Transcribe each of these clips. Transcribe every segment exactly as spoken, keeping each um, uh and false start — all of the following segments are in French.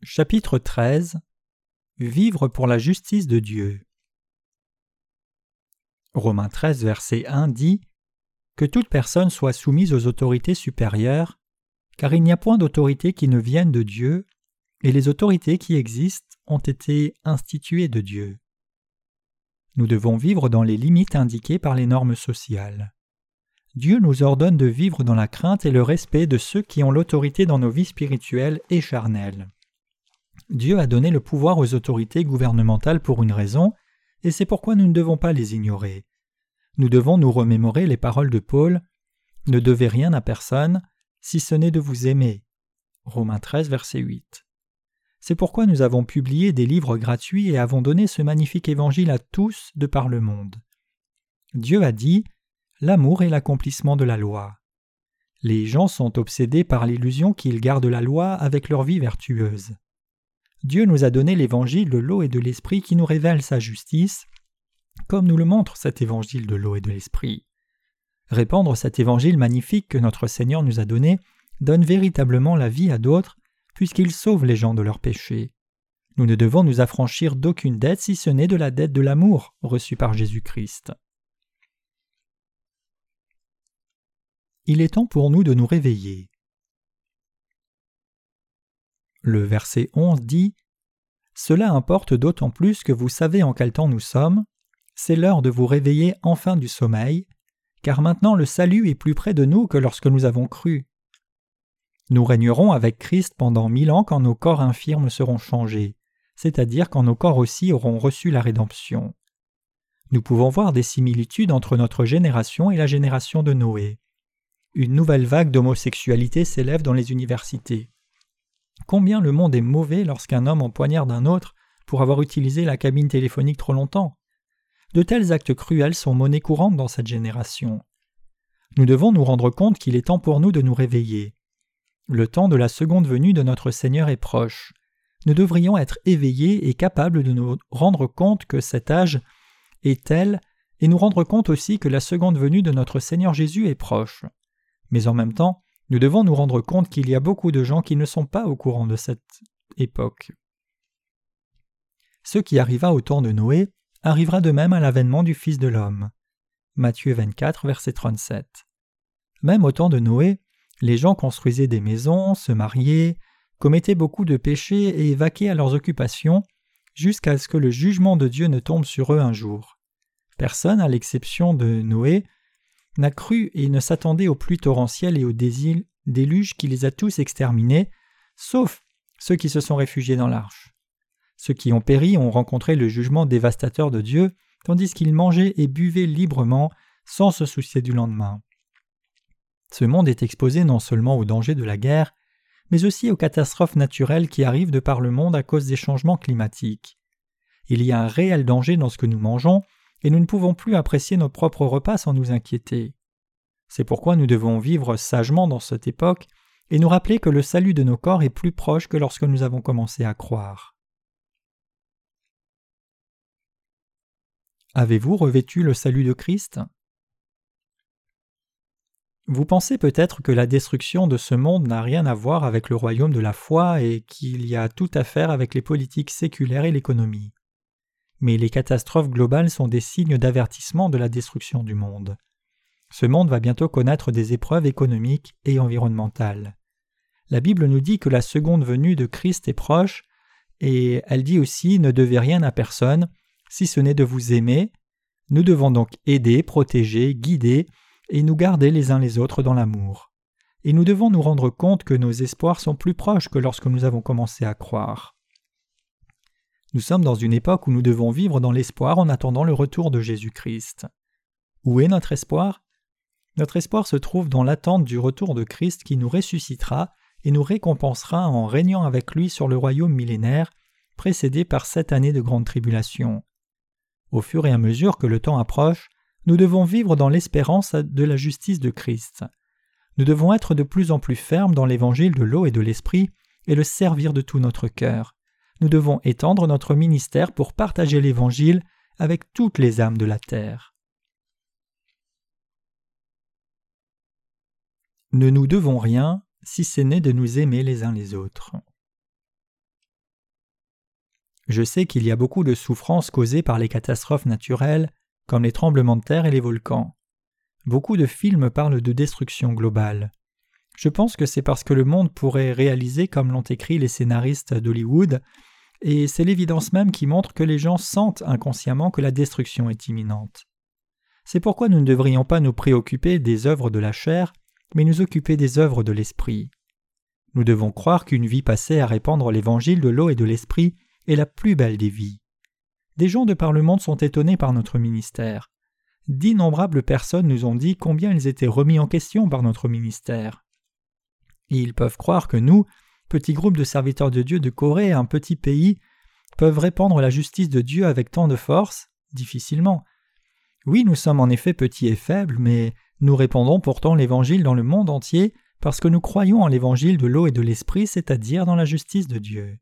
Chapitre treize. Vivre pour la justice de Dieu. Romains treize, verset un dit « Que toute personne soit soumise aux autorités supérieures, car il n'y a point d'autorité qui ne vienne de Dieu, et les autorités qui existent ont été instituées de Dieu. » Nous devons vivre dans les limites indiquées par les normes sociales. Dieu nous ordonne de vivre dans la crainte et le respect de ceux qui ont l'autorité dans nos vies spirituelles et charnelles. Dieu a donné le pouvoir aux autorités gouvernementales pour une raison, et c'est pourquoi nous ne devons pas les ignorer. Nous devons nous remémorer les paroles de Paul « Ne devez rien à personne, si ce n'est de vous aimer » Romains treize, verset huit. C'est pourquoi nous avons publié des livres gratuits et avons donné ce magnifique évangile à tous de par le monde. Dieu a dit « L'amour est l'accomplissement de la loi ». Les gens sont obsédés par l'illusion qu'ils gardent la loi avec leur vie vertueuse. Dieu nous a donné l'évangile de l'eau et de l'esprit qui nous révèle sa justice, comme nous le montre cet évangile de l'eau et de l'esprit. Répandre cet évangile magnifique que notre Seigneur nous a donné donne véritablement la vie à d'autres, puisqu'il sauve les gens de leurs péchés. Nous ne devons nous affranchir d'aucune dette si ce n'est de la dette de l'amour reçue par Jésus-Christ. Il est temps pour nous de nous réveiller. Le verset onze dit « Cela importe d'autant plus que vous savez en quel temps nous sommes. C'est l'heure de vous réveiller enfin du sommeil, car maintenant le salut est plus près de nous que lorsque nous avons cru. Nous régnerons avec Christ pendant mille ans quand nos corps infirmes seront changés, c'est-à-dire quand nos corps aussi auront reçu la rédemption. Nous pouvons voir des similitudes entre notre génération et la génération de Noé. Une nouvelle vague d'homosexualité s'élève dans les universités. Combien le monde est mauvais lorsqu'un homme empoignarde un autre pour avoir utilisé la cabine téléphonique trop longtemps. De tels actes cruels sont monnaie courante dans cette génération. Nous devons nous rendre compte qu'il est temps pour nous de nous réveiller. Le temps de la seconde venue de notre Seigneur est proche. Nous devrions être éveillés et capables de nous rendre compte que cet âge est tel et nous rendre compte aussi que la seconde venue de notre Seigneur Jésus est proche. Mais en même temps, nous devons nous rendre compte qu'il y a beaucoup de gens qui ne sont pas au courant de cette époque. Ce qui arriva au temps de Noé arrivera de même à l'avènement du Fils de l'homme. Matthieu vingt-quatre, verset trente-sept. Même au temps de Noé, les gens construisaient des maisons, se mariaient, commettaient beaucoup de péchés et vaquaient à leurs occupations, jusqu'à ce que le jugement de Dieu ne tombe sur eux un jour. Personne, à l'exception de Noé, n'a cru et ne s'attendait aux pluies torrentielles et au déluge qui les a tous exterminés, sauf ceux qui se sont réfugiés dans l'arche. Ceux qui ont péri ont rencontré le jugement dévastateur de Dieu, tandis qu'ils mangeaient et buvaient librement sans se soucier du lendemain. Ce monde est exposé non seulement aux dangers de la guerre, mais aussi aux catastrophes naturelles qui arrivent de par le monde à cause des changements climatiques. Il y a un réel danger dans ce que nous mangeons, et nous ne pouvons plus apprécier nos propres repas sans nous inquiéter. C'est pourquoi nous devons vivre sagement dans cette époque et nous rappeler que le salut de nos corps est plus proche que lorsque nous avons commencé à croire. Avez-vous revêtu le salut de Christ ? Vous pensez peut-être que la destruction de ce monde n'a rien à voir avec le royaume de la foi et qu'il y a tout à faire avec les politiques séculaires et l'économie. Mais les catastrophes globales sont des signes d'avertissement de la destruction du monde. Ce monde va bientôt connaître des épreuves économiques et environnementales. La Bible nous dit que la seconde venue de Christ est proche, et elle dit aussi « Ne devez rien à personne, si ce n'est de vous aimer ». Nous devons donc aider, protéger, guider et nous garder les uns les autres dans l'amour. Et nous devons nous rendre compte que nos espoirs sont plus proches que lorsque nous avons commencé à croire. Nous sommes dans une époque où nous devons vivre dans l'espoir en attendant le retour de Jésus-Christ. Où est notre espoir ? Notre espoir se trouve dans l'attente du retour de Christ qui nous ressuscitera et nous récompensera en régnant avec lui sur le royaume millénaire, précédé par sept années de grande tribulation. Au fur et à mesure que le temps approche, nous devons vivre dans l'espérance de la justice de Christ. Nous devons être de plus en plus fermes dans l'évangile de l'eau et de l'esprit et le servir de tout notre cœur. Nous devons étendre notre ministère pour partager l'Évangile avec toutes les âmes de la terre. Ne nous devons rien si ce n'est de nous aimer les uns les autres. Je sais qu'il y a beaucoup de souffrances causées par les catastrophes naturelles, comme les tremblements de terre et les volcans. Beaucoup de films parlent de destruction globale. Je pense que c'est parce que le monde pourrait réaliser comme l'ont écrit les scénaristes d'Hollywood, et c'est l'évidence même qui montre que les gens sentent inconsciemment que la destruction est imminente. C'est pourquoi nous ne devrions pas nous préoccuper des œuvres de la chair, mais nous occuper des œuvres de l'esprit. Nous devons croire qu'une vie passée à répandre l'évangile de l'eau et de l'esprit est la plus belle des vies. Des gens de par le monde sont étonnés par notre ministère. D'innombrables personnes nous ont dit combien ils étaient remis en question par notre ministère. Et ils peuvent croire que nous, petit groupe de serviteurs de Dieu de Corée, un petit pays, peuvent répandre la justice de Dieu avec tant de force? Difficilement. Oui, nous sommes en effet petits et faibles, mais nous répandons pourtant l'Évangile dans le monde entier parce que nous croyons en l'Évangile de l'eau et de l'Esprit, c'est-à-dire dans la justice de Dieu.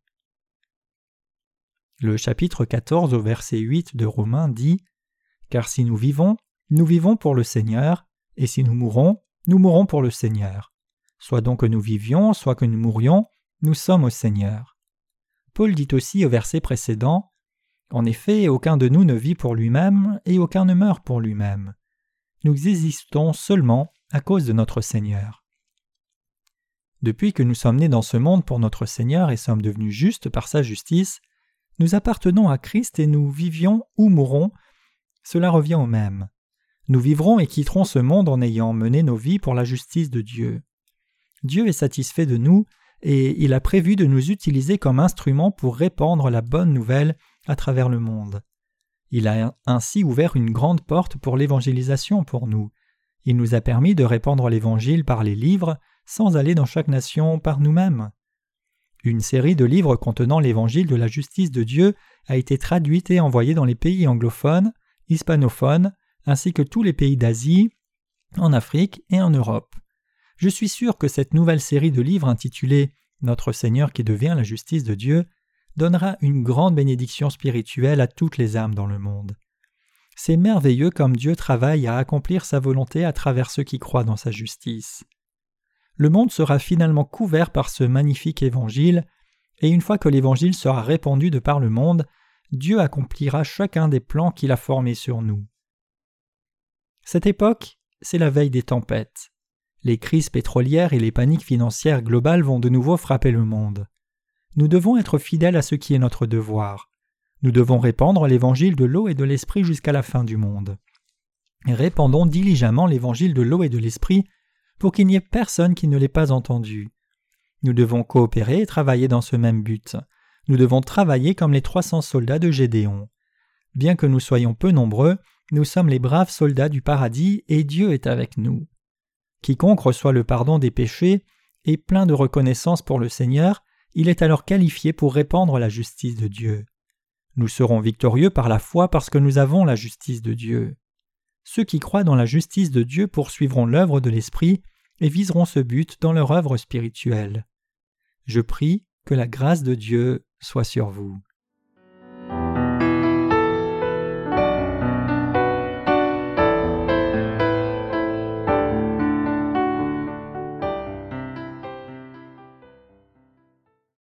Le chapitre quatorze au verset huit de Romains dit « Car si nous vivons, nous vivons pour le Seigneur, et si nous mourons, nous mourons pour le Seigneur. Soit donc que nous vivions, soit que nous mourions, nous sommes au Seigneur. » Paul dit aussi au verset précédent « En effet, aucun de nous ne vit pour lui-même, et aucun ne meurt pour lui-même. Nous existons seulement à cause de notre Seigneur. » Depuis que nous sommes nés dans ce monde pour notre Seigneur et sommes devenus justes par sa justice, nous appartenons à Christ et nous vivions ou mourons, cela revient au même. Nous vivrons et quitterons ce monde en ayant mené nos vies pour la justice de Dieu. Dieu est satisfait de nous et il a prévu de nous utiliser comme instruments pour répandre la bonne nouvelle à travers le monde. Il a ainsi ouvert une grande porte pour l'évangélisation pour nous. Il nous a permis de répandre l'Évangile par les livres sans aller dans chaque nation par nous-mêmes. Une série de livres contenant l'Évangile de la justice de Dieu a été traduite et envoyée dans les pays anglophones, hispanophones, ainsi que tous les pays d'Asie, en Afrique et en Europe. Je suis sûr que cette nouvelle série de livres intitulée « Notre Seigneur qui devient la justice de Dieu » donnera une grande bénédiction spirituelle à toutes les âmes dans le monde. C'est merveilleux comme Dieu travaille à accomplir sa volonté à travers ceux qui croient dans sa justice. Le monde sera finalement couvert par ce magnifique évangile, et une fois que l'évangile sera répandu de par le monde, Dieu accomplira chacun des plans qu'il a formés sur nous. Cette époque, c'est la veille des tempêtes. Les crises pétrolières et les paniques financières globales vont de nouveau frapper le monde. Nous devons être fidèles à ce qui est notre devoir. Nous devons répandre l'évangile de l'eau et de l'esprit jusqu'à la fin du monde. Et répandons diligemment l'évangile de l'eau et de l'esprit pour qu'il n'y ait personne qui ne l'ait pas entendu. Nous devons coopérer et travailler dans ce même but. Nous devons travailler comme les trois cents soldats de Gédéon. Bien que nous soyons peu nombreux, nous sommes les braves soldats du paradis et Dieu est avec nous. Quiconque reçoit le pardon des péchés et plein de reconnaissance pour le Seigneur, il est alors qualifié pour répandre la justice de Dieu. Nous serons victorieux par la foi parce que nous avons la justice de Dieu. Ceux qui croient dans la justice de Dieu poursuivront l'œuvre de l'Esprit et viseront ce but dans leur œuvre spirituelle. Je prie que la grâce de Dieu soit sur vous.